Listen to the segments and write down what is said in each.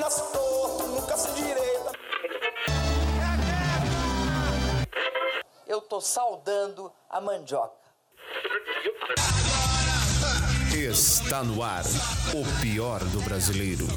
nasce torto, nunca se direita. Eu tô saudando a mandioca. Está no ar o pior do brasileiro.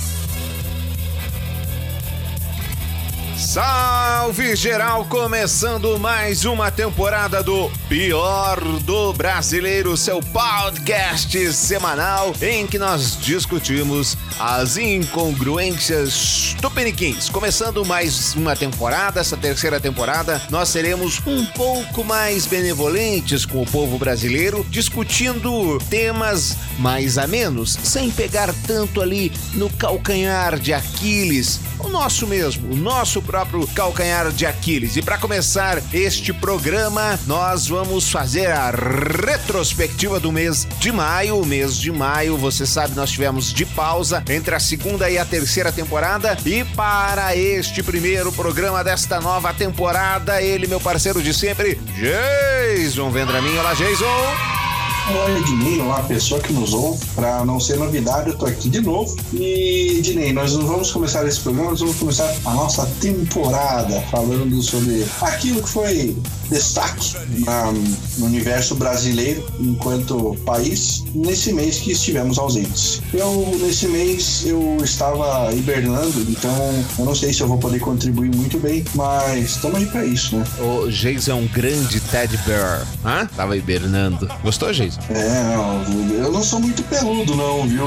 Salve geral, começando mais uma temporada do Pior do Brasileiro, seu podcast semanal em que nós discutimos as incongruências tupiniquins. Começando mais uma temporada, essa terceira temporada, nós seremos um pouco mais benevolentes com o povo brasileiro, discutindo temas mais amenos, sem pegar tanto ali no calcanhar de Aquiles, o nosso mesmo, o nosso próprio calcanhar de Aquiles. E para começar este programa, nós vamos fazer a retrospectiva do mês de maio. O mês de maio, você sabe, nós tivemos de pausa entre a segunda e a terceira temporada. E para este primeiro programa desta nova temporada, ele, meu parceiro de sempre, Jason Vendramin. Olá, Jason! Olá, Ednei, uma pessoa que nos ouve. Para não ser novidade, eu tô aqui de novo. E, Ednei, nós não vamos começar esse programa, nós vamos começar a nossa temporada falando sobre aquilo que foi destaque no universo brasileiro enquanto país nesse mês que estivemos ausentes. Nesse mês, eu estava hibernando, então eu não sei se eu vou poder contribuir muito bem, mas estamos aí pra isso, né? O Jason é um grande Teddy Bear. Hã? Tava hibernando. Gostou, Jason? Eu não sou muito peludo, não, viu?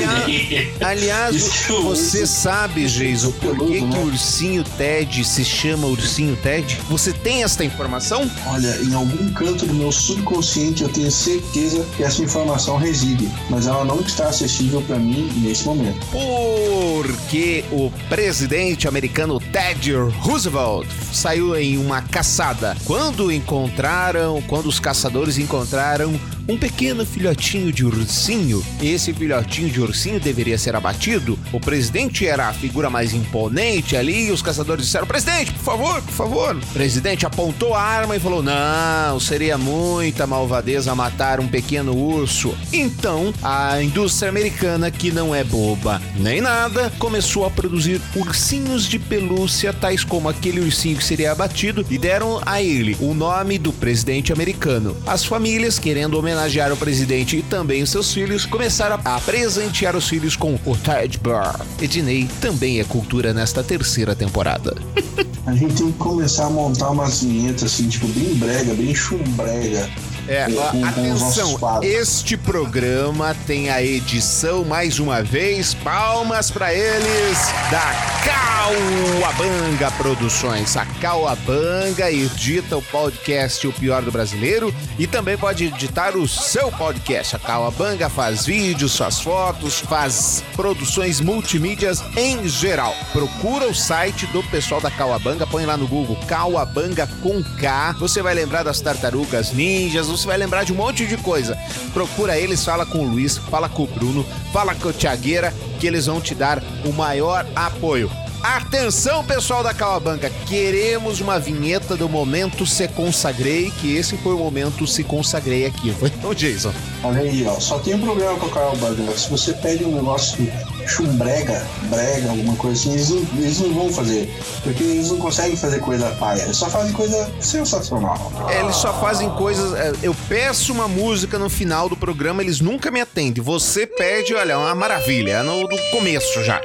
Aliás, você sabe, Jason, por que o ursinho Ted se chama ursinho Ted? Você tem esta informação? Olha, em algum canto do meu subconsciente eu tenho certeza que essa informação reside, mas ela não está acessível para mim nesse momento. Porque o presidente americano Teddy Roosevelt saiu em uma caçada. Quando os caçadores encontraram um pequeno filhotinho de ursinho, esse filhotinho de ursinho deveria ser abatido. O presidente era a figura mais imponente ali e os caçadores disseram: presidente, por favor. O presidente apontou a arma e falou: não, seria muita malvadeza matar um pequeno urso. Então, a indústria americana, que não é boba nem nada, começou a produzir ursinhos de pelúcia, tais como aquele ursinho que seria abatido, e deram a ele o nome do presidente americano. As famílias, querendo homenagear o presidente e também os seus filhos, começaram a presentear os filhos com o Teddy Bear. Ednei, também é cultura nesta terceira temporada. A gente tem que começar a montar umas vinhetas assim, tipo, bem brega, bem chumbrega. Atenção, este programa tem a edição, mais uma vez, palmas para eles, da Cauabanga Produções. A Cauabanga edita o podcast O Pior do Brasileiro e também pode editar o seu podcast. A Cauabanga faz vídeos, faz fotos, faz produções multimídias em geral. Procura o site do pessoal da Cauabanga, põe lá no Google Cauabanga com K, você vai lembrar das Tartarugas Ninjas, você vai lembrar de um monte de coisa. Procura eles, fala com o Luiz, fala com o Bruno, fala com o Thiagueira, que eles vão te dar o maior apoio. Atenção, pessoal da Cauabanga, queremos uma vinheta do Momento Se Consagrei, que esse foi o Momento Se Consagrei aqui, foi o Jason. Olha aí, ó, só tem um problema com a Cauabanga. Se você pede um negócio chumbrega, brega, alguma coisa assim, eles não vão fazer, porque eles não conseguem fazer coisa paia, eles só fazem coisa sensacional. Eles só fazem coisas. Eu peço uma música no final do programa, eles nunca me atendem. Você pede, olha, uma maravilha, é no começo já.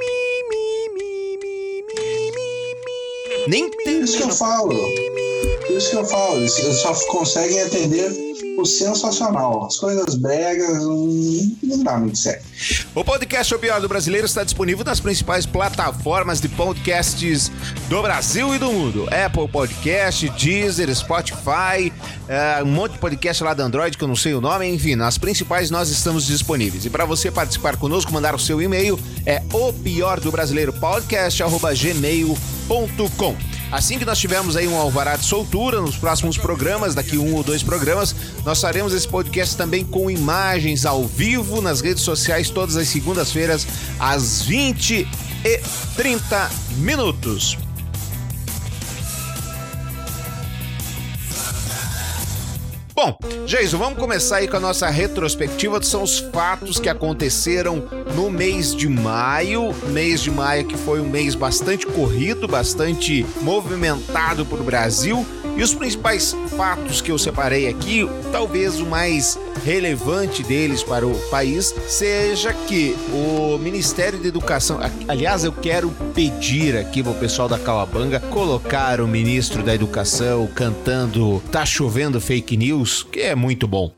Nem tem. Isso que eu falo. Eles só conseguem atender o sensacional. As coisas bregas não dá muito certo. O podcast O Pior do Brasileiro está disponível nas principais plataformas de podcasts do Brasil e do mundo. Apple Podcast, Deezer, Spotify, um monte de podcast lá da Android que eu não sei o nome, enfim, nas principais nós estamos disponíveis. E para você participar conosco, mandar o seu e-mail é opiordobrasileiropodcast@gmail.com. Assim que nós tivermos aí um alvará de soltura nos próximos programas, daqui 1 ou 2 programas, nós faremos esse podcast também com imagens ao vivo nas redes sociais todas as segundas-feiras às 20h30. Bom, Jason, vamos começar aí com a nossa retrospectiva. São os fatos que aconteceram no mês de maio. Mês de maio que foi um mês bastante corrido, bastante movimentado por Brasil. E os principais fatos que eu separei aqui, talvez o mais relevante deles para o país, seja que o Ministério da Educação... Aliás, eu quero pedir aqui pro pessoal da Cauabanga colocar o ministro da Educação cantando Tá Chovendo Fake News, que é muito bom.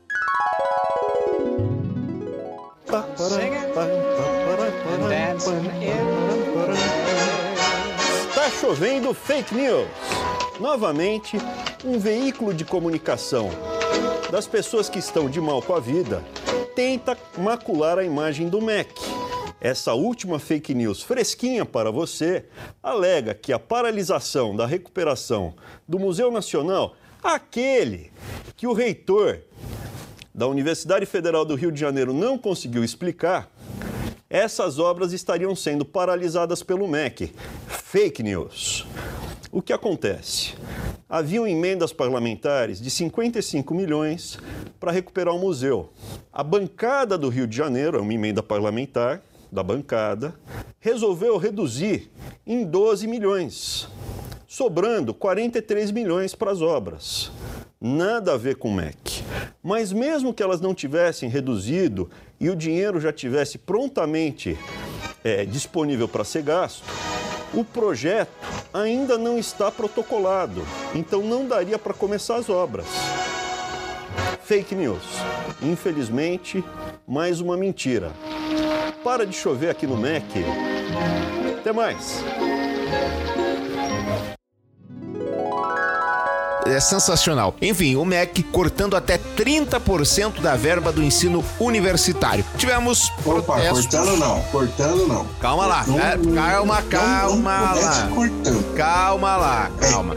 Tá chovendo fake news. Novamente, um veículo de comunicação das pessoas que estão de mal com a vida tenta macular a imagem do MEC. Essa última fake news fresquinha para você alega que a paralisação da recuperação do Museu Nacional, aquele que o reitor da Universidade Federal do Rio de Janeiro não conseguiu explicar, essas obras estariam sendo paralisadas pelo MEC. Fake news. O que acontece? Haviam emendas parlamentares de 55 milhões para recuperar o museu. A bancada do Rio de Janeiro, é uma emenda parlamentar da bancada, resolveu reduzir em 12 milhões, sobrando 43 milhões para as obras. Nada a ver com o MEC. Mas mesmo que elas não tivessem reduzido e o dinheiro já tivesse prontamente disponível para ser gasto, o projeto ainda não está protocolado, então não daria para começar as obras. Fake news. Infelizmente, mais uma mentira. Para de chover aqui no MEC. Até mais. É sensacional. Enfim, o MEC cortando até 30% da verba do ensino universitário. Tivemos protestos... Cortando não. Calma lá. Calma.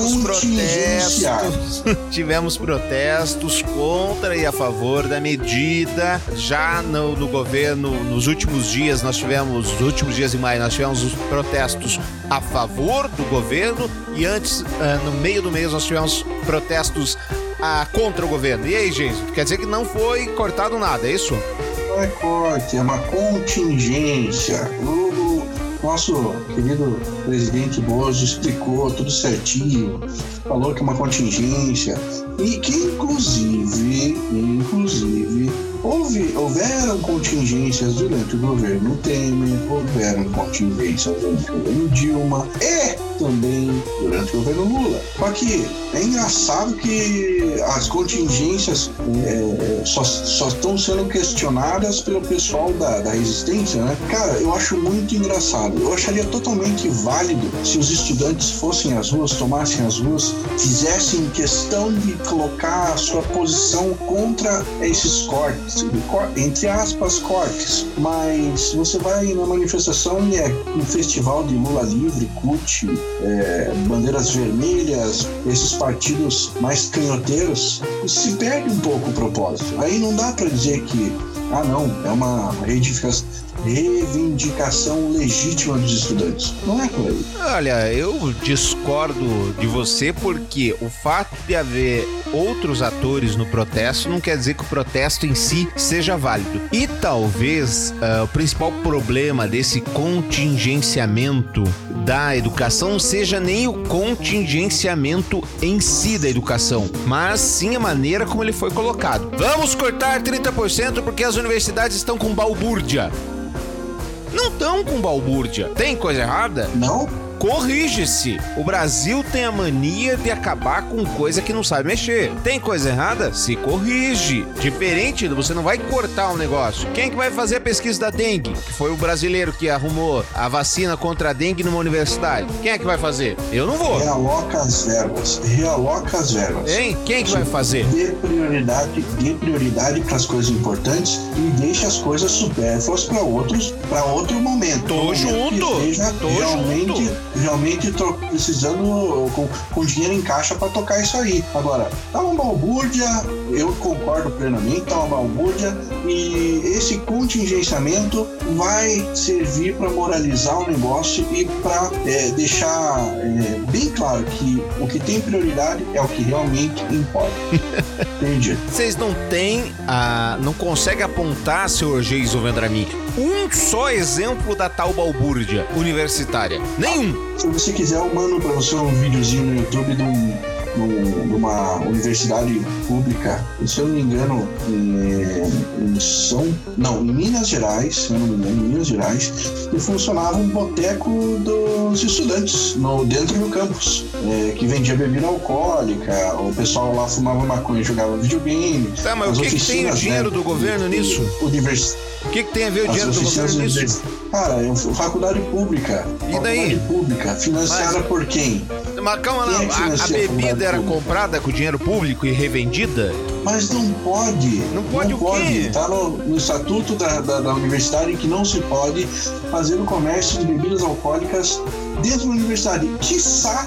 Tivemos protestos contra e a favor da medida. Já no governo, nos últimos dias em maio, nós tivemos os protestos a favor do governo e antes, no meio do mês, nós tivemos protestos contra o governo. E aí, gente, quer dizer que não foi cortado nada, é isso? Não é corte, é uma contingência. O nosso querido presidente Bozo explicou tudo certinho, falou que é uma contingência e que inclusive houveram contingências durante o governo Temer, houveram contingências durante o governo Dilma e também durante o governo Lula. Só que é engraçado que as contingências só estão sendo questionadas pelo pessoal da resistência, né? Cara, eu acho muito engraçado. Eu acharia totalmente válido se os estudantes fossem às ruas, tomassem as ruas, fizessem questão de colocar a sua posição contra esses cortes, entre aspas, cortes. Mas você vai na manifestação e é um festival de Lula livre, CUT, bandeiras vermelhas, esses partidos mais canhoteiros, e se perde um pouco o propósito. Aí não dá para dizer que, é uma reivindicação legítima dos estudantes. Não é por aí. Olha, eu discordo de você porque o fato de haver outros atores no protesto não quer dizer que o protesto em si seja válido. E talvez o principal problema desse contingenciamento da educação não seja nem o contingenciamento em si da educação, mas sim a maneira como ele foi colocado. Vamos cortar 30% porque as universidades estão com balbúrdia. Não estão com balbúrdia. Tem coisa errada? Não. Corrige-se. O Brasil tem a mania de acabar com coisa que não sabe mexer. Tem coisa errada? Se corrige. Diferente, você não vai cortar um negócio. Quem que vai fazer a pesquisa da dengue? Que foi o brasileiro que arrumou a vacina contra a dengue numa universidade. Quem é que vai fazer? Eu não vou. Realoca as verbas. Hein? Quem que vai fazer? Dê prioridade para as coisas importantes e deixe as coisas supérfluas para outro momento. Tô junto. realmente precisando com dinheiro em caixa para tocar isso aí. Agora, tá uma balbúrdia, eu concordo plenamente, tá uma balbúrdia, e esse contingenciamento vai servir para moralizar o negócio e para deixar bem claro que o que tem prioridade é o que realmente importa. Entendi. Vocês não têm, não conseguem apontar, senhor Jason Vendramin, um só exemplo da tal balbúrdia universitária? Nenhum. Se você quiser, eu mando para você um videozinho no YouTube de uma universidade pública, se eu não me engano, em Minas Gerais, se eu não me engano, em Minas Gerais, que funcionava um boteco dos estudantes dentro do campus, que vendia bebida alcoólica, o pessoal lá fumava maconha e jogava videogame. Tá, mas o que tem o dinheiro do governo nisso? O que tem a ver o dinheiro do governo nisso? Cara, é faculdade pública. E daí? Faculdade pública, financiada por quem? Mas calma lá, a bebida era comprada com dinheiro público e revendida? Mas não pode. Não pode o quê? Tá no estatuto da universidade que não se pode fazer o comércio de bebidas alcoólicas dentro da universidade. Quiçá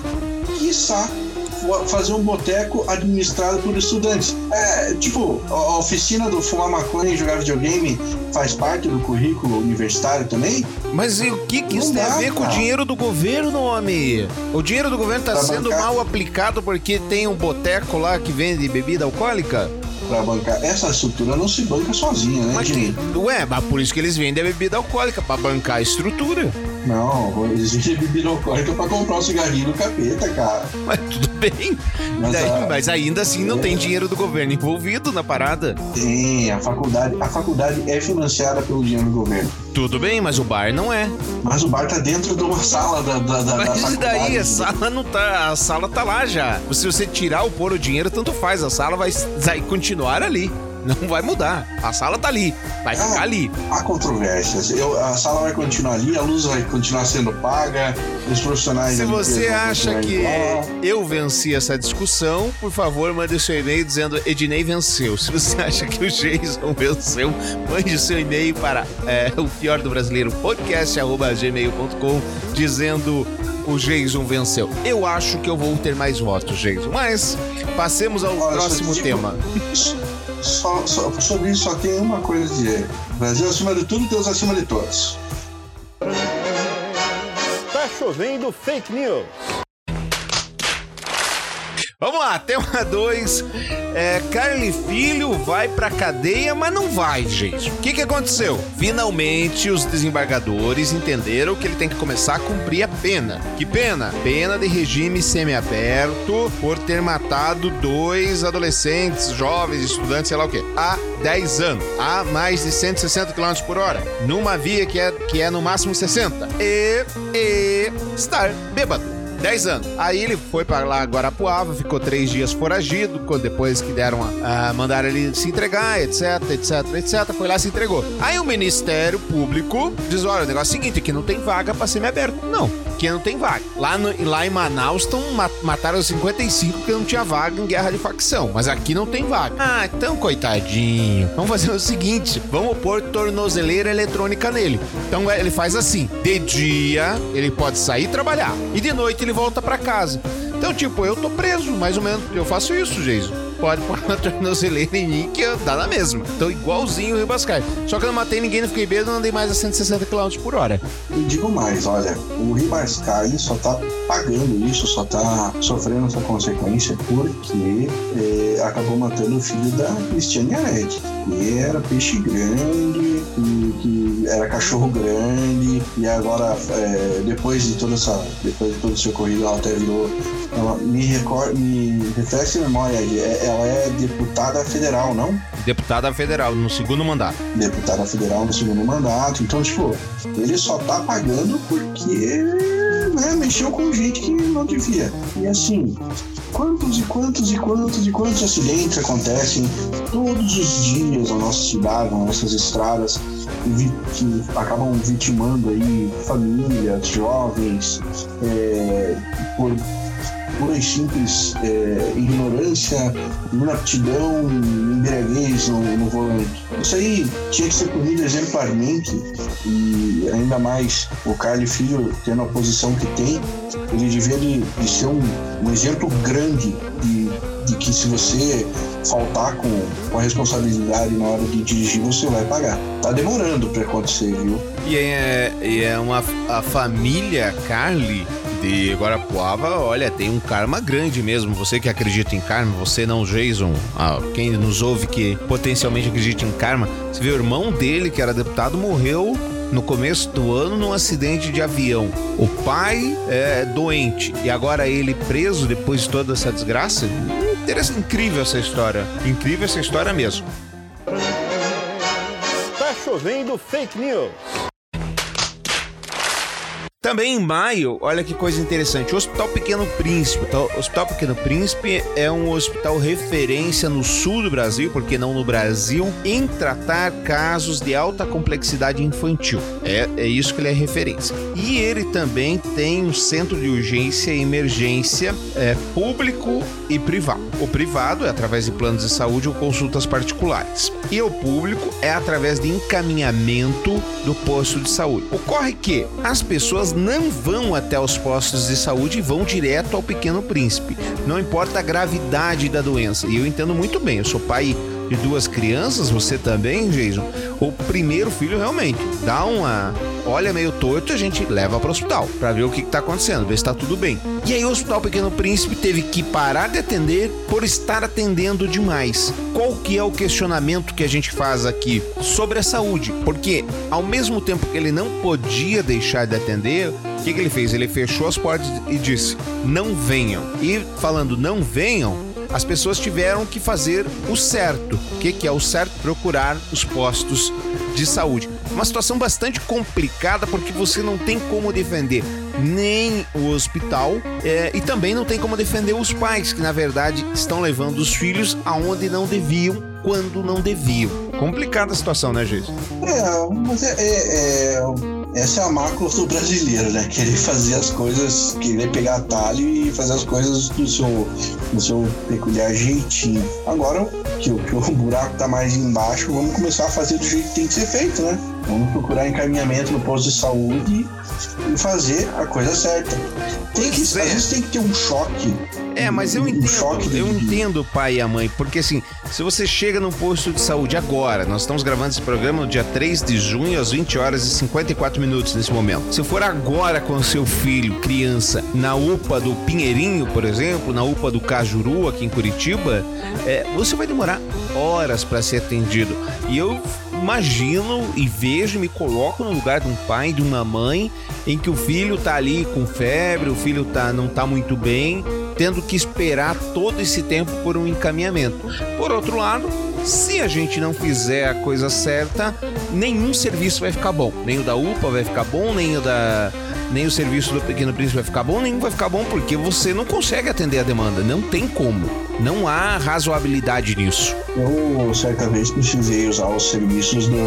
fazer um boteco administrado por estudantes. Tipo, a oficina do fumar maconha e jogar videogame faz parte do currículo universitário também? Mas e o que isso tem a ver com o dinheiro do governo, homem? O dinheiro do governo tá sendo mal aplicado porque tem um boteco lá que vende bebida alcoólica? Pra bancar. Essa estrutura não se banca sozinha, né, Dini? Mas por isso que eles vendem a bebida alcoólica, pra bancar a estrutura. Não, eles vendem bebida alcoólica pra comprar um cigarrinho no capeta, cara. Mas tudo bem. Mas ainda assim não tem dinheiro do governo envolvido na parada. Tem, a faculdade é financiada pelo dinheiro do governo. Tudo bem, mas o bar não é. Mas o bar tá dentro de uma sala da Mas e daí? a sala tá lá já. Se você tirar ou pôr o dinheiro, tanto faz. A sala vai continuar ali. Não vai mudar. A sala tá ali. Vai ficar ali. Há controvérsias. A sala vai continuar ali, a luz vai continuar sendo paga, os profissionais... Se você acha que eu venci essa discussão, por favor, mande o seu e-mail dizendo Ednei venceu. Se você acha que o Jason venceu, mande o seu e-mail para o pior do brasileiro podcast@gmail.com dizendo o Jason venceu. Eu acho que eu vou ter mais votos, Jason. Mas passemos ao próximo tema. Sobre isso só tem uma coisa a dizer. Brasil acima de tudo, Deus acima de todos. Tá chovendo fake news. Vamos lá, tema 2. Carly Filho vai pra cadeia, mas não vai, gente. O que aconteceu? Finalmente, os desembargadores entenderam que ele tem que começar a cumprir a pena. Que pena? Pena de regime semiaberto por ter matado 2 adolescentes, jovens, estudantes, sei lá o quê, há 10 anos, a mais de 160 km por hora, numa via que é no máximo 60. E estar bêbado. 10 anos. Aí ele foi pra lá Guarapuava, ficou 3 dias foragido, depois que mandaram ele se entregar, etc. Foi lá e se entregou. Aí o Ministério Público diz, olha, o negócio é o seguinte, aqui não tem vaga pra semiaberto. Não, aqui não tem vaga. Lá em Manaus mataram 55 porque não tinha vaga em guerra de facção, mas aqui não tem vaga. Ah, então coitadinho. Vamos fazer o seguinte, vamos pôr tornozeleira eletrônica nele. Então ele faz assim, de dia ele pode sair e trabalhar, e de noite ele volta pra casa. Então, tipo, eu tô preso, mais ou menos. Eu faço isso, Jason. Pode pôr uma tornozeleira em mim que dá na mesma. Então, igualzinho o Ribascar. Só que eu não matei ninguém, não fiquei bêbado, não andei mais a 160 km por hora. E digo mais, olha, o Ribascar só tá pagando isso, só tá sofrendo essa consequência porque acabou matando o filho da Cristiane Arete, que era peixe grande, que era cachorro grande, e agora, depois de todo esse ocorrido, ela até virou... Ela me refresca a memória, ela é deputada federal, não? Deputada federal, no segundo mandato. Deputada federal no segundo mandato. Então, tipo, ele só tá pagando porque mexeu com gente que não devia. E assim, quantos acidentes acontecem todos os dias na nossa cidade, nas nossas estradas, que acabam vitimando aí famílias, jovens, por pura e simples ignorância, inaptidão, embriaguez no volante. Isso aí tinha que ser punido exemplarmente, e ainda mais o Carly Filho tendo a posição que tem, ele devia de ser um exemplo grande de que se você faltar com a responsabilidade na hora de dirigir, você vai pagar. Tá demorando para acontecer, viu? A família Carly de Guarapuava, olha, tem um karma grande mesmo. Você que acredita em karma, você não, Jason, quem nos ouve que potencialmente acredita em karma, você vê o irmão dele, que era deputado, morreu no começo do ano num acidente de avião. O pai é doente e agora ele preso depois de toda essa desgraça. Incrível essa história mesmo. Tá chovendo fake news. Também em maio, olha que coisa interessante, o Hospital Pequeno Príncipe. O Hospital Pequeno Príncipe é um hospital referência no sul do Brasil, porque não no Brasil, em tratar casos de alta complexidade infantil. É isso que ele é referência. E ele também tem um centro de urgência e emergência público e privado. O privado é através de planos de saúde ou consultas particulares. E o público é através de encaminhamento do posto de saúde. Ocorre que as pessoas não vão até os postos de saúde e vão direto ao Pequeno Príncipe. Não importa a gravidade da doença. E eu entendo muito bem, eu sou pai de 2 crianças, você também, Jason. O primeiro filho realmente dá olha meio torto, a gente leva para o hospital para ver o que está acontecendo, ver se está tudo bem. E aí o Hospital Pequeno Príncipe teve que parar de atender por estar atendendo demais. Qual que é o questionamento que a gente faz aqui sobre a saúde? Porque ao mesmo tempo que ele não podia deixar de atender, o que ele fez? Ele fechou as portas e disse, não venham. E falando não venham, as pessoas tiveram que fazer o certo. O que é o certo? Procurar os postos de saúde. Uma situação bastante complicada, porque você não tem como defender nem o hospital e também não tem como defender os pais, que na verdade estão levando os filhos aonde não deviam, quando não deviam. Complicada a situação, né, Geiso? Mas essa é a mácula do brasileiro, né? Querer fazer as coisas, querer pegar atalho e fazer as coisas do seu peculiar jeitinho. Agora que o buraco tá mais embaixo, vamos começar a fazer do jeito que tem que ser feito, né? Vamos procurar encaminhamento no posto de saúde e fazer a coisa certa. Às vezes tem que ter um choque. Mas eu entendo o pai e a mãe, porque assim, se você chega num posto de saúde agora, nós estamos gravando esse programa no dia 3 de junho, às 20 horas e 54 minutos nesse momento. Se for agora com o seu filho, criança, na UPA do Pinheirinho, por exemplo, na UPA do Cajuru, aqui em Curitiba, você vai demorar horas para ser atendido. E eu imagino e vejo, me coloco no lugar de um pai, de uma mãe, em que o filho tá ali com febre, o filho não tá muito bem, tendo que esperar todo esse tempo por um encaminhamento. Por outro lado, se a gente não fizer a coisa certa, nenhum serviço vai ficar bom. Nem o da UPA vai ficar bom, nem o serviço do Pequeno Príncipe vai ficar bom, nenhum vai ficar bom, porque você não consegue atender a demanda. Não tem como. Não há razoabilidade nisso. Eu, certa vez, precisei usar os serviços de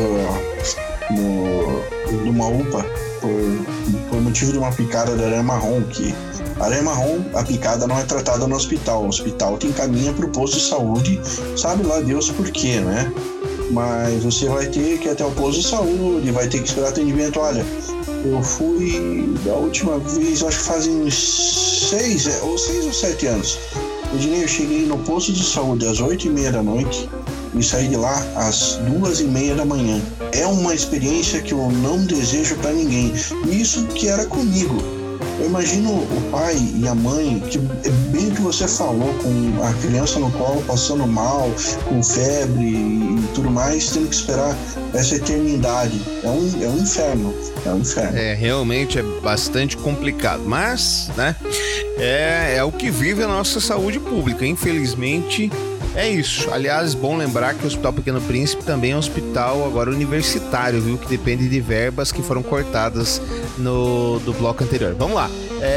uma UPA por motivo de uma picada de aranha marrom, que aranha marrom, a picada não é tratada no hospital. O hospital te encaminha para o posto de saúde, sabe lá Deus por quê, né? Mas você vai ter que ir até o posto de saúde, vai ter que esperar atendimento. Olha, eu fui da última vez, acho que fazem 6 ou 7 anos. Eu cheguei no posto de saúde às 8h30 da noite e saí de lá às 2h30 da manhã. É uma experiência que eu não desejo para ninguém. Isso que era comigo. Eu imagino o pai e a mãe, que é bem o que você falou, com a criança no colo passando mal, com febre e tudo mais, tendo que esperar essa eternidade. É um inferno. É um inferno. Realmente é bastante complicado, mas, né, é o que vive a nossa saúde pública. Infelizmente, é isso. Aliás, bom lembrar que o Hospital Pequeno Príncipe também é um hospital agora universitário, viu? Que depende de verbas que foram cortadas do bloco anterior. Vamos lá.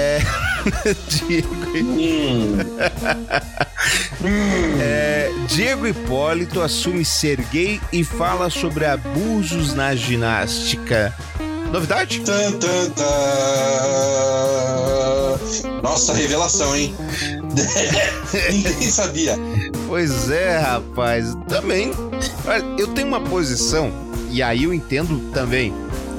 Diego Hipólito assume ser gay e fala sobre abusos na ginástica. Novidade? Nossa, revelação, hein? Ninguém sabia. Pois é, rapaz. Também. Olha, eu tenho uma posição, e aí eu entendo também.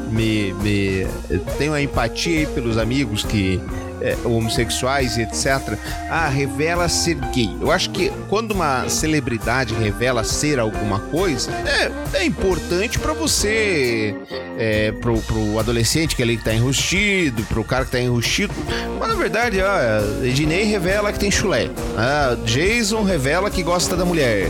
Tenho a empatia aí pelos amigos que homossexuais e etc. Revela ser gay. Eu acho que quando uma celebridade revela ser alguma coisa, é importante pra você, pro adolescente que ali tá enrustido, pro cara que tá enrustido. Mas na verdade, Ednei revela que tem chulé. Jason revela que gosta da mulher.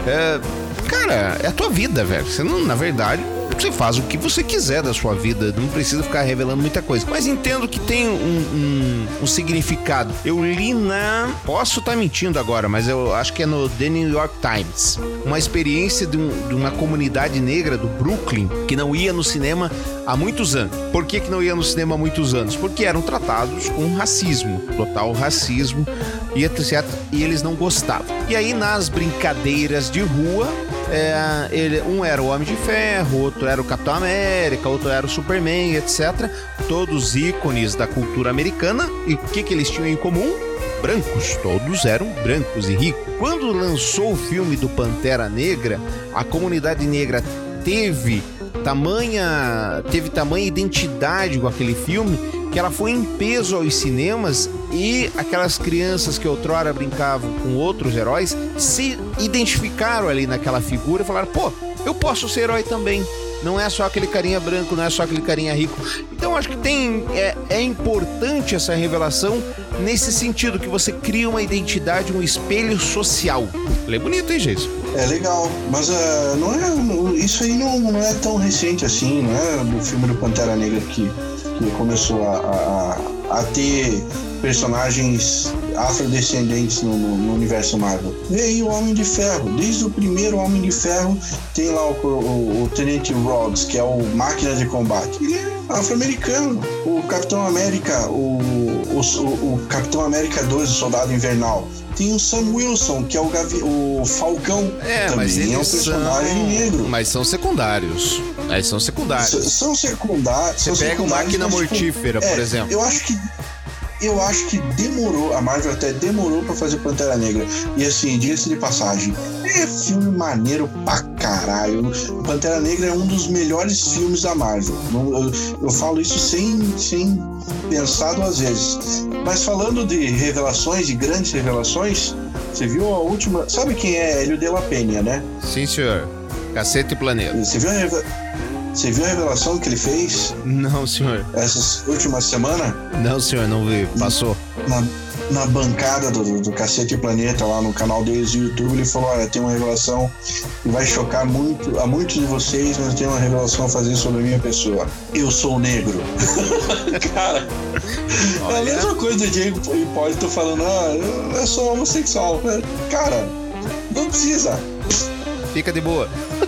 Cara, é a tua vida, velho. Você não, na verdade, você faz o que você quiser da sua vida, não precisa ficar revelando muita coisa. Mas entendo que tem um significado. Eu li posso estar mentindo agora, mas eu acho que é no The New York Times, uma experiência de uma comunidade negra do Brooklyn que não ia no cinema há muitos anos. Por que não ia no cinema há muitos anos? Porque eram tratados com racismo, total racismo e etc. E eles não gostavam. E aí, nas brincadeiras de rua, um era o Homem de Ferro, outro era o Capitão América, outro era o Superman, etc. Todos ícones da cultura americana. E o que eles tinham em comum? Brancos, todos eram brancos e ricos. Quando lançou o filme do Pantera Negra, a comunidade negra teve tamanha identidade com aquele filme que ela foi em peso aos cinemas, e aquelas crianças que outrora brincavam com outros heróis se identificaram ali naquela figura e falaram: pô, eu posso ser herói também. Não é só aquele carinha branco, não é só aquele carinha rico. Então acho que é importante essa revelação nesse sentido, que você cria uma identidade, um espelho social. Ele é bonito, hein, Jason? É legal, mas isso aí não é tão recente assim, não é do filme do Pantera Negra que começou a ter personagens afrodescendentes no universo Marvel. Veio o Homem de Ferro. Desde o primeiro Homem de Ferro tem lá o Tenente Rhodes, que é o máquina de combate. Ele é afro-americano. O Capitão América, o Capitão América 2, o Soldado Invernal. Tem o Sam Wilson, que é o Falcão. Mas eles é um personagem negro. Mas são secundários. São secundários. São secundários. Você pega o Máquina Mortífera, por exemplo. Eu acho que demorou, a Marvel até demorou pra fazer Pantera Negra. E assim, diga-se de passagem, é filme maneiro pra caralho. Pantera Negra é um dos melhores filmes da Marvel. Eu falo isso sem pensar duas vezes. Mas falando de revelações, de grandes revelações, você viu a última... Sabe quem é Hélio de la Penha, né? Sim, senhor. Cacete e Planeta. Você viu a revelação que ele fez? Não, senhor. Essas últimas semanas? Não, senhor, não vi. Passou. Na bancada do Cacete e Planeta, lá no canal deles do YouTube, ele falou: olha, tem uma revelação que vai chocar a muitos de vocês, mas tem uma revelação a fazer sobre a minha pessoa. Eu sou negro. Cara, é a mesma coisa de Diego Hipólito falando: eu sou homossexual. Cara, não precisa. Fica de boa.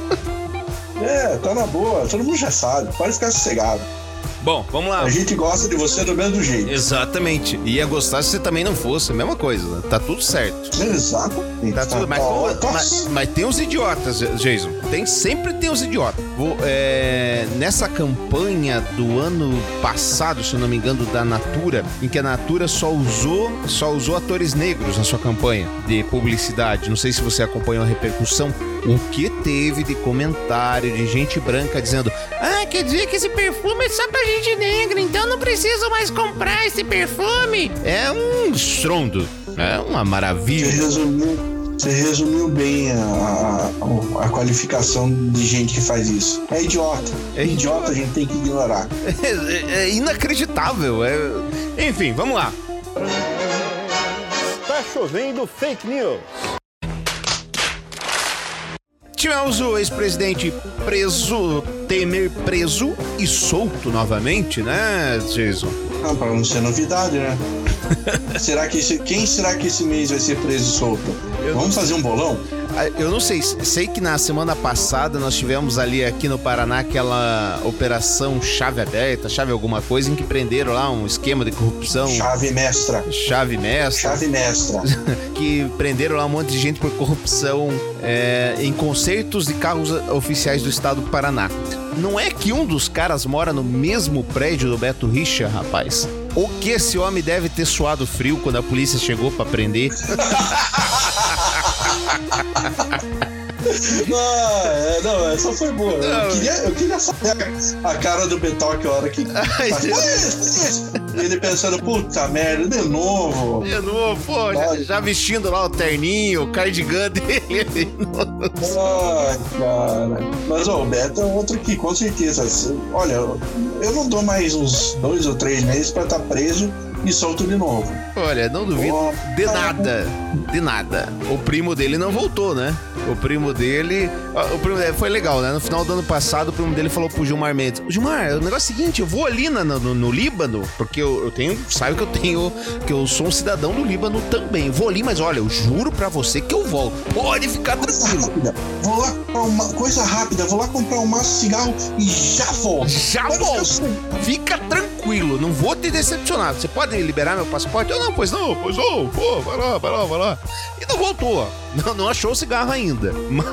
Tá na boa, todo mundo já sabe, pode ficar sossegado. Bom, vamos lá. A gente gosta de você do mesmo jeito. Exatamente. Ia gostar se você também não fosse, a mesma coisa, né? Tá tudo certo. Exatamente. Tá tudo... Mas tem os idiotas, Jason. Sempre tem os idiotas. Nessa campanha do ano passado, se eu não me engano, da Natura, em que a Natura só usou atores negros na sua campanha de publicidade. Não sei se você acompanhou a repercussão. O que teve de comentário de gente branca dizendo: quer dizer que esse perfume é só pra gente negra, então não preciso mais comprar esse perfume. É um estrondo, é uma maravilha. Você resumiu bem a qualificação de gente que faz isso. É idiota. Idiota, a gente tem que ignorar. É inacreditável. Enfim, vamos lá. Tá chovendo fake news. Tivemos o ex-presidente preso, Temer preso e solto novamente, né, Jason? Pra não ser novidade, né? Quem será que esse mês vai ser preso e solto? Vamos fazer um bolão? Eu não sei que na semana passada nós tivemos ali aqui no Paraná aquela operação chave aberta, chave alguma coisa, em que prenderam lá um esquema de corrupção. Chave mestra. Que prenderam lá um monte de gente por corrupção em concertos de carros oficiais do estado do Paraná. Não é que um dos caras mora no mesmo prédio do Beto Richa, rapaz? O que esse homem deve ter suado frio quando a polícia chegou pra prender? Não, essa foi boa. Eu queria saber a cara do Betoque a hora que... Ele pensando, puta merda, de novo, pô, já vestindo lá o terninho, o cardigan dele. Ai, cara. Mas o Beto é outro que, com certeza, olha, eu não dou mais uns 2 ou 3 meses pra estar preso e solto de novo. Olha, não duvido de nada. O primo dele não voltou, né? O primo dele foi legal, né? No final do ano passado, o primo dele falou pro Gilmar Mendes: Gilmar, o negócio é o seguinte, eu vou ali no Líbano, porque eu tenho, sabe que eu sou um cidadão do Líbano também. Vou ali, mas olha, eu juro pra você que eu volto. Pode ficar tranquilo. Vou lá comprar uma coisa rápida, vou lá comprar um maço de cigarro e já volto. Fica tranquilo, não vou te decepcionar. Você pode liberar meu passaporte? Eu não, pois não, pô, vai lá. E não voltou. Não achou o cigarro ainda. Mas...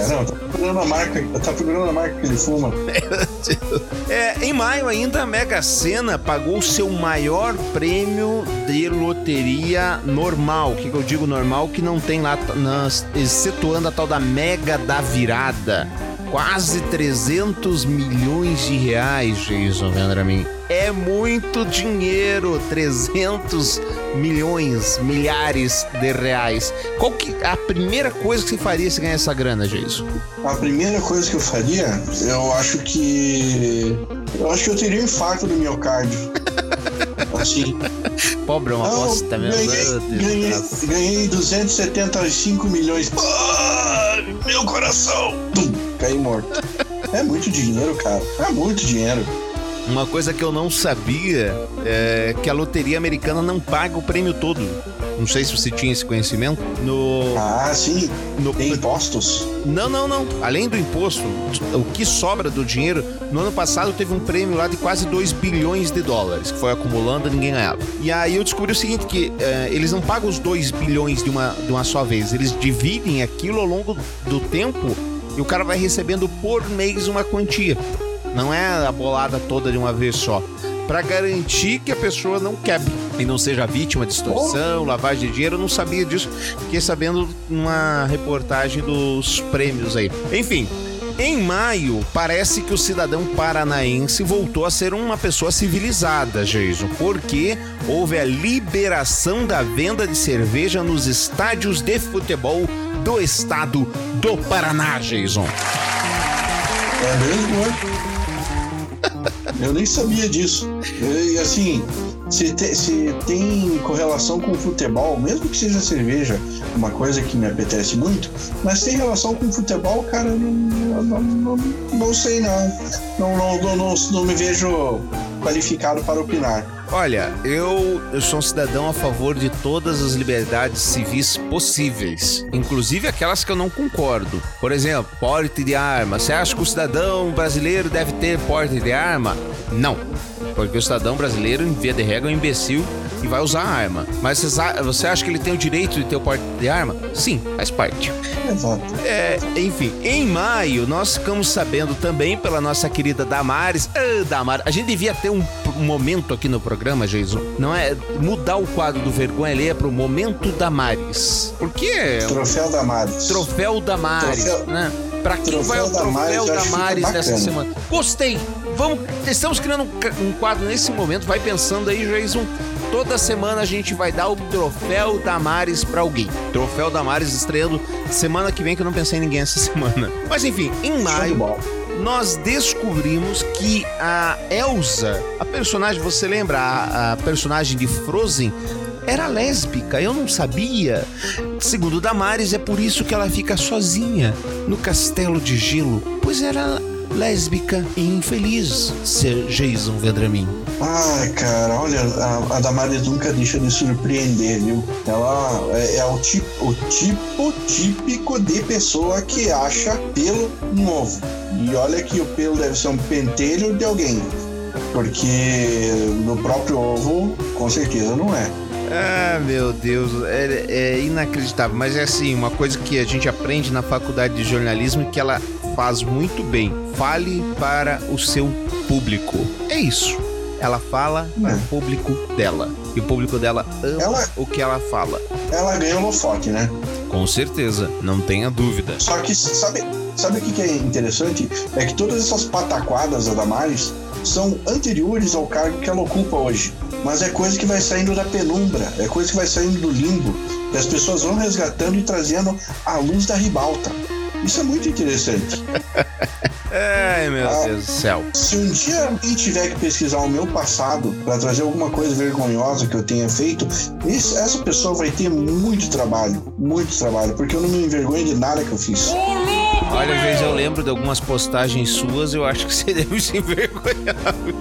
tá procurando a marca que ele fuma. Em maio ainda, a Mega Sena pagou o seu maior prêmio de loteria normal. O que eu digo normal? Que não tem lá, excetuando a tal da Mega da Virada. Quase 300 milhões de reais, Jason Vendramin. É muito dinheiro, 300 milhões, milhares de reais. Qual que é a primeira coisa que você faria se ganhar essa grana, Jason? A primeira coisa que eu faria, eu acho que eu teria um infarto do miocárdio. Assim. Pobre, uma bosta mesmo. Ganhei 275 milhões. Meu coração! Caí morto. É muito dinheiro, cara. É muito dinheiro. Uma coisa que eu não sabia é que a loteria americana não paga o prêmio todo. Não sei se você tinha esse conhecimento. Sim. Tem impostos? Não. Além do imposto, o que sobra do dinheiro, no ano passado teve um prêmio lá de quase 2 bilhões de dólares, que foi acumulando e ninguém ganhava. E aí eu descobri o seguinte, que eles não pagam os 2 bilhões de uma só vez, eles dividem aquilo ao longo do tempo e o cara vai recebendo por mês uma quantia. Não é a bolada toda de uma vez só. Pra garantir que a pessoa não quebre e não seja vítima de extorsão, lavagem de dinheiro. Eu não sabia disso. Fiquei sabendo numa reportagem dos prêmios aí. Enfim, em maio, parece que o cidadão paranaense voltou a ser uma pessoa civilizada, Jason, porque houve a liberação da venda de cerveja nos estádios de futebol do estado do Paraná, Jason. É mesmo, né? Eu nem sabia disso. E assim, se tem correlação com o futebol, mesmo que seja cerveja, uma coisa que me apetece muito, mas tem relação com o futebol, cara, eu não sei não me vejo qualificado para opinar. Olha, eu sou um cidadão a favor de todas as liberdades civis possíveis, inclusive aquelas que eu não concordo. Por exemplo, porte de arma. Você acha que o cidadão brasileiro deve ter porte de arma? Não, porque o cidadão brasileiro, em via de regra, é um imbecil e vai usar a arma. Mas você acha que ele tem o direito de ter o porte de arma? Sim, faz parte. Exato. Enfim, em maio, nós ficamos sabendo também pela nossa querida Damares. Damares, a gente devia ter um momento aqui no programa, Jason. Não é mudar o quadro do Vergonha Alheia pro Momento Damares. Por quê? Troféu Damares. Troféu Damares, né? Pra quem vai o Troféu Damares dessa semana? Gostei. Estamos criando um quadro nesse momento. Vai pensando aí, Jason. Toda semana a gente vai dar o Troféu Damares pra alguém. Troféu Damares estreando semana que vem, que eu não pensei em ninguém essa semana. Mas enfim, em maio, nós descobrimos que a Elsa, a personagem, você lembra? A personagem de Frozen era lésbica, eu não sabia. Segundo Damares, é por isso que ela fica sozinha no castelo de gelo, pois era lésbica e infeliz, ser Jason Vendramin. Ai, cara, olha, a Damares nunca deixa de surpreender, viu? Ela é o tipo típico de pessoa que acha pelo novo. E olha que o pelo deve ser um pentelho de alguém, porque no próprio ovo, com certeza não é. Ah, meu Deus, é inacreditável. Mas é assim, uma coisa que a gente aprende na faculdade de jornalismo e que ela faz muito bem. Fale para o seu público. É isso. ela fala o público dela. E o público dela ama o que ela fala. Ela ganha holofote, né? Com certeza, não tenha dúvida. Só que, sabe o que é interessante? É que todas essas pataquadas da Damares são anteriores ao cargo que ela ocupa hoje. Mas é coisa que vai saindo da penumbra, é coisa que vai saindo do limbo. E as pessoas vão resgatando e trazendo a luz da ribalta. Isso é muito interessante. Ai, meu Deus do céu. Se um dia alguém tiver que pesquisar o meu passado para trazer alguma coisa vergonhosa que eu tenha feito, essa pessoa vai ter muito trabalho, porque eu não me envergonho de nada que eu fiz. Olha, às vezes eu lembro de algumas postagens suas, eu acho que você deve se envergonhar.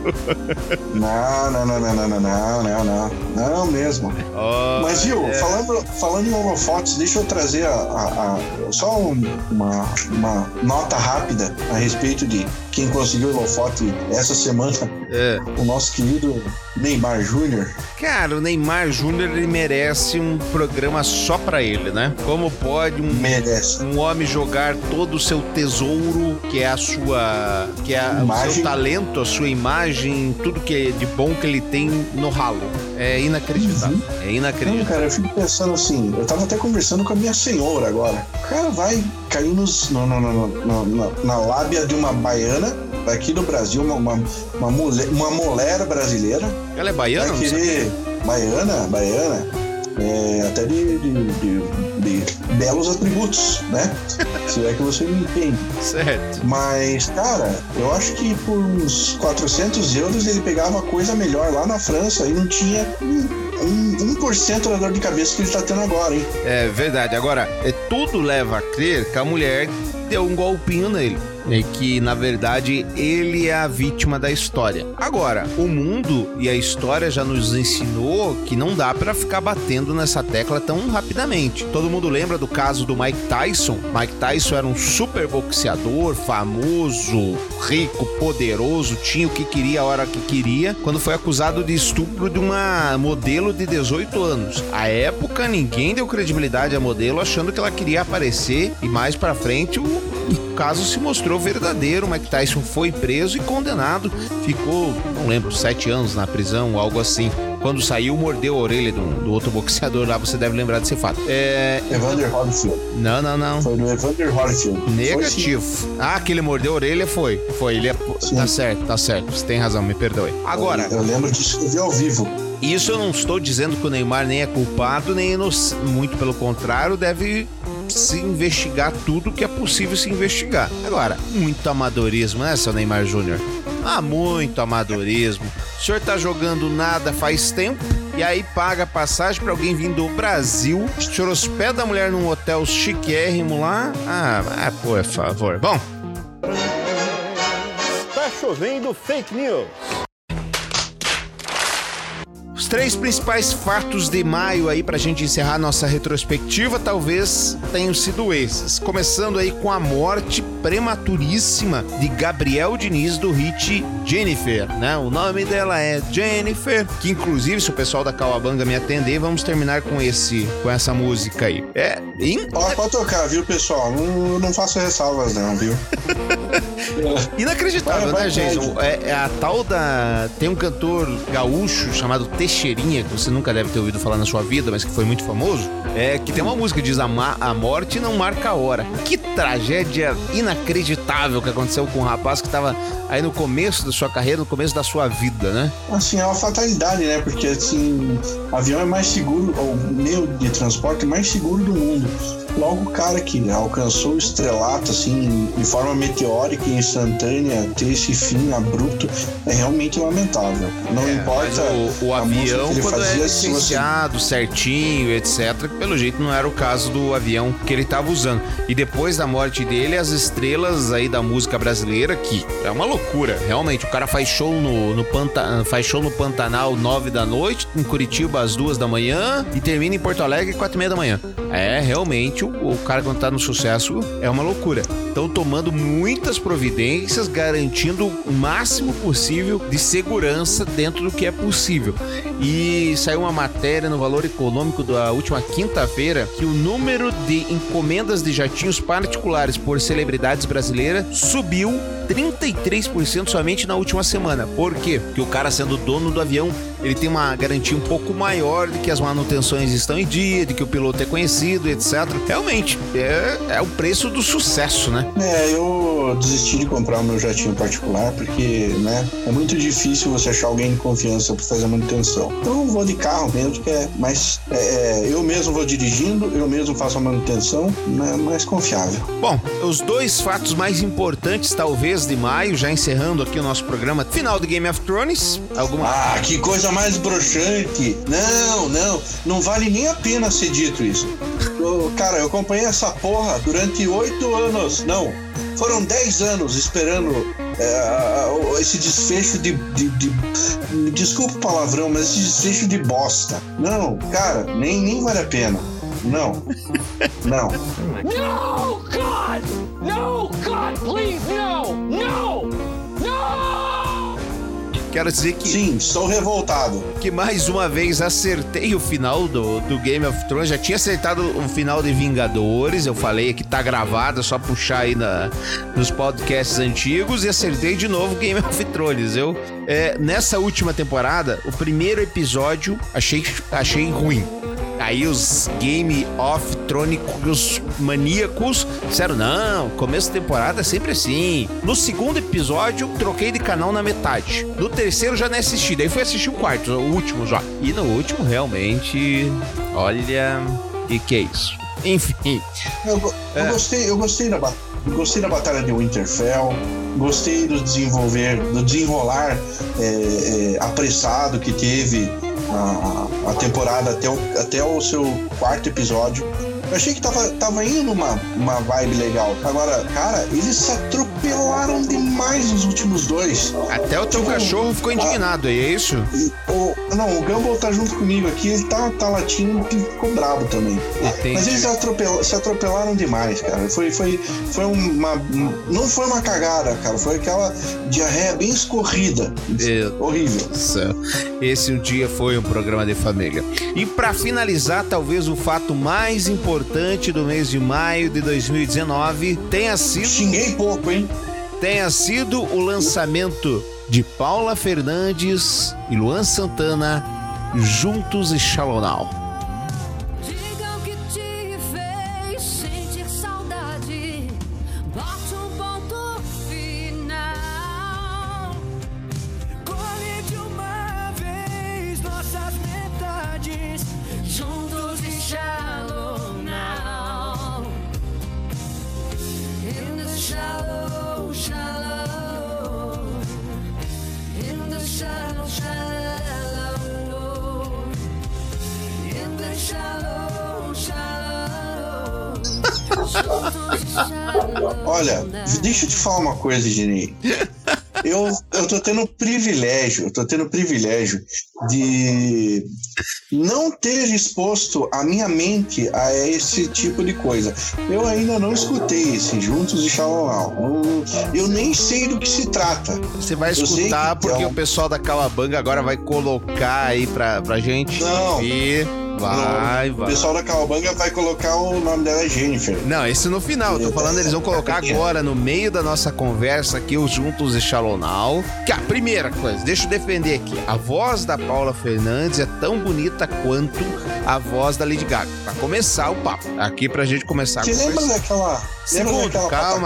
Não mesmo. Mas viu, falando em holofotes, deixa eu trazer só uma nota rápida a respeito de quem conseguiu o holofote essa semana. O nosso querido Neymar Júnior. Cara, o Neymar Júnior, ele merece um programa só pra ele, né? Como pode um homem jogar todo o seu tesouro, que é o seu talento, a sua imagem, tudo que é de bom que ele tem no ralo. É inacreditável. É inacreditável. Não, cara, eu fico pensando assim, eu tava até conversando com a minha senhora agora. O cara vai cair na lábia de uma baiana aqui do Brasil, uma mulher brasileira. Ela é baiana? Vai querer... Baiana, até de belos atributos, né? Se é que você me entende. Certo. Mas, cara, eu acho que por uns 400 euros ele pegava coisa melhor lá na França e não tinha 1% da dor de cabeça que ele tá tendo agora, hein? É verdade. Agora, tudo leva a crer que a mulher deu um golpinho nele. E que, na verdade, ele é a vítima da história. Agora, o mundo e a história já nos ensinou que não dá pra ficar batendo nessa tecla tão rapidamente. Todo mundo lembra do caso do Mike Tyson? Mike Tyson era um super boxeador, famoso, rico, poderoso, tinha o que queria a hora que queria, quando foi acusado de estupro de uma modelo de 18 anos. À época, ninguém deu credibilidade à modelo, achando que ela queria aparecer, e mais pra frente o caso se mostrou verdadeiro. Mike Tyson foi preso e condenado. Ficou, não lembro, 7 anos na prisão, algo assim. Quando saiu, mordeu a orelha do outro boxeador lá, você deve lembrar desse fato. Evander Holyfield. Não. Foi do Evander Holyfield. Negativo. Que ele mordeu a orelha, foi. Ele é... Tá certo. Você tem razão, me perdoe. Agora... Eu lembro disso que eu vi ao vivo. Isso eu não estou dizendo que o Neymar nem é culpado, nem muito pelo contrário, deve se investigar tudo que é possível se investigar. Agora, muito amadorismo, né, seu Neymar Júnior? Muito amadorismo. O senhor tá jogando nada faz tempo e aí paga passagem pra alguém vir do Brasil. O senhor hospeda a mulher num hotel chiquérrimo lá. Por favor. Bom. Tá chovendo fake news. Os 3 principais fatos de maio aí pra gente encerrar nossa retrospectiva talvez tenham sido esses. Começando aí com a morte prematuríssima de Gabriel Diniz do hit Jennifer, né? O nome dela é Jennifer, que inclusive, se o pessoal da Cauabanga me atender, vamos terminar com essa música aí. Pode tocar, viu, pessoal? Não faço ressalvas não, viu? Inacreditável, né, Jason? A tal da... Tem um cantor gaúcho chamado Teixeirinha, que você nunca deve ter ouvido falar na sua vida, mas que foi muito famoso, que tem uma música que diz a morte não marca a hora. Que tragédia inacreditável que aconteceu com um rapaz que tava aí no começo da sua carreira, no começo da sua vida, né? Assim, é uma fatalidade, né? Porque, assim, avião é mais seguro, o meio de transporte mais seguro do mundo. Logo, o cara que alcançou o estrelato, assim, de forma meteórica e instantânea, ter esse fim abrupto, é realmente lamentável. Não importa o avião, quando é licenciado certinho, etc., pelo jeito não era o caso do avião que ele estava usando. E depois da morte dele, as estrelas aí da música brasileira, que é uma loucura, realmente. O cara faz show no Pantanal 9 da noite, em Curitiba às 2 da manhã e termina em Porto Alegre 4:30 da manhã. Realmente, o cara quando tá no sucesso é uma loucura. Estão tomando muitas providências, garantindo o máximo possível de segurança dentro do que é possível. e saiu uma matéria no Valor Econômico da última quinta-feira que o número de encomendas de jatinhos particulares por celebridades brasileiras subiu 33% somente na última semana. Por quê? Porque o cara, sendo dono do avião, ele tem uma garantia um pouco maior de que as manutenções estão em dia, de que o piloto é conhecido, etc. Realmente, é o preço do sucesso, né? Eu desisti de comprar o meu jatinho particular porque, né, é muito difícil você achar alguém de confiança para fazer a manutenção. Então eu vou de carro mesmo, que é mais... eu mesmo vou dirigindo, eu mesmo faço a manutenção, né, mais confiável. Bom, os dois fatos mais importantes, talvez, de maio, já encerrando aqui o nosso programa, final do Game of Thrones. Ah, que coisa mais broxante. Não vale nem a pena ser dito isso. Cara, eu acompanhei essa porra durante 8 anos. Não, foram 10 anos esperando esse desfecho de desculpa o palavrão, mas esse desfecho de bosta. Não, cara, nem vale a pena. Não. No, God! No, God, please, no! Quero dizer que... Sim, estou revoltado. Que mais uma vez acertei o final do Game of Thrones. Já tinha acertado o final de Vingadores. Eu falei que tá gravado, é só puxar aí nos podcasts antigos. E acertei de novo Game of Thrones. Nessa última temporada, o primeiro episódio achei ruim. Aí os Game of Thrones maníacos disseram, não, começo da temporada é sempre assim. No segundo episódio, troquei de canal na metade. No terceiro, já nem assisti. Daí fui assistir o quarto, o último já. E no último, realmente, olha, que é isso? Enfim. Eu gostei da Batalha de Winterfell. Gostei do desenrolar apressado que teve a temporada até o seu quarto episódio. Eu achei que tava indo uma vibe legal. Agora, cara, eles se atropelaram demais nos últimos dois. Até o teu cachorro ficou indignado, é isso? O Gumball tá junto comigo aqui, ele tá latindo e ficou brabo também. Entendi. Mas eles se atropelaram demais, cara. Foi não foi uma cagada, cara. Foi aquela diarreia bem escorrida. Horrível. Esse um dia foi um programa de família. E pra finalizar, talvez o fato mais importante do mês de maio de 2019 tenha sido... Xinguei pouco, hein? Tenha sido o lançamento de Paula Fernandes e Luan Santana juntos e Shallow Now. Digam que te fez sentir saudade, bote um ponto final. Corre de uma vez nossas metades, juntos e Shallow Now. In the shallow, in the shallow, in the shallow. Olha, deixa eu te falar uma coisa, Gini. Eu tô tendo privilégio de não ter exposto a minha mente a esse tipo de coisa. Eu ainda não escutei esse Juntos e Shallow Now. Eu nem sei do que se trata. Você vai escutar porque o pessoal da Calabanga agora vai colocar aí pra gente ver. Vai. O pessoal da Calabanga vai colocar o nome dela é Jennifer. Não, esse no final. Eu tô falando, eles vão colocar agora, no meio da nossa conversa aqui, os Juntos e Shallow Now. Que a primeira coisa, deixa eu defender aqui. A voz da Paula Fernandes é tão bonita quanto a voz da Lady Gaga. Pra começar o papo. Aqui pra gente começar a conversa. Você lembra daquela... Segundo, calma.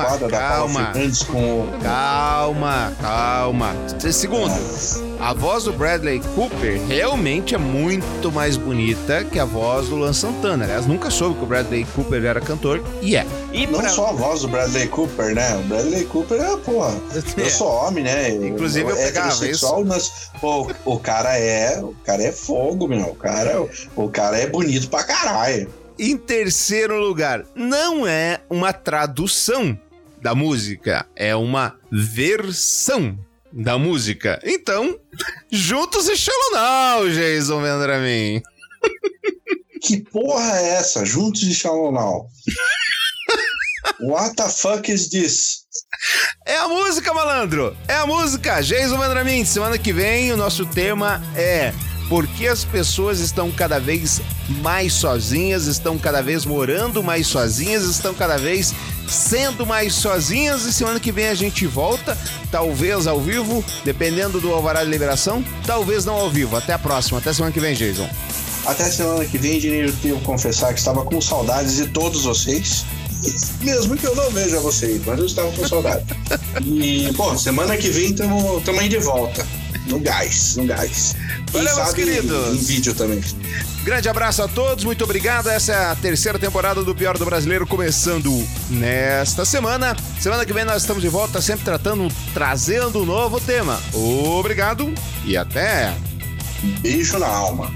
Segundo, a voz do Bradley Cooper realmente é muito mais bonita que a voz do Luan Santana. Aliás, nunca soube que o Bradley Cooper era cantor, e é. Não só a voz do Bradley Cooper, né? O Bradley Cooper eu sou homem, né? Inclusive eu pegava isso. Mas, pô, o cara é fogo, meu. O cara é bonito pra caralho. Em terceiro lugar, não é uma tradução da música, é uma versão da música. Então, Juntos e Shallow Now, Jason Vendramin. Que porra é essa? Juntos e Shallow Now. What the fuck is this? É a música, malandro! É a música! Jason Vendramin, semana que vem o nosso tema é Porque as pessoas estão cada vez mais sozinhas, estão cada vez morando mais sozinhas, estão cada vez sendo mais sozinhas. E semana que vem a gente volta, talvez ao vivo, dependendo do alvará de liberação, talvez não ao vivo. Até a próxima, até semana que vem, Jason. Até semana que vem, Dinheiro, eu devo confessar que estava com saudades de todos vocês. Mesmo que eu não veja vocês, mas eu estava com saudade. E, bom, semana que vem estamos aí de volta. No gás. Valeu, meus queridos. Em vídeo também. Grande abraço a todos, muito obrigado. Essa é a terceira temporada do Pior do Brasileiro, começando nesta semana. Semana que vem nós estamos de volta, sempre trazendo um novo tema. Obrigado e até. Beijo na alma.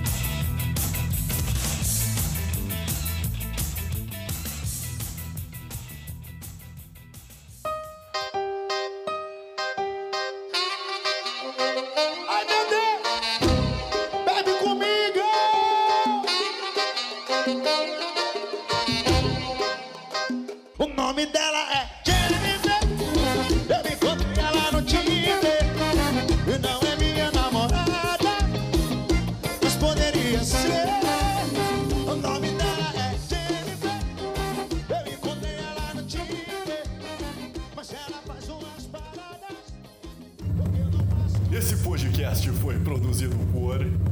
O nome dela é Jennifer. Eu encontrei ela no Tinder. E não é minha namorada, mas poderia ser. O nome dela é Jennifer. Eu encontrei ela no Tinder, mas ela faz umas paradas. Esse podcast foi produzido por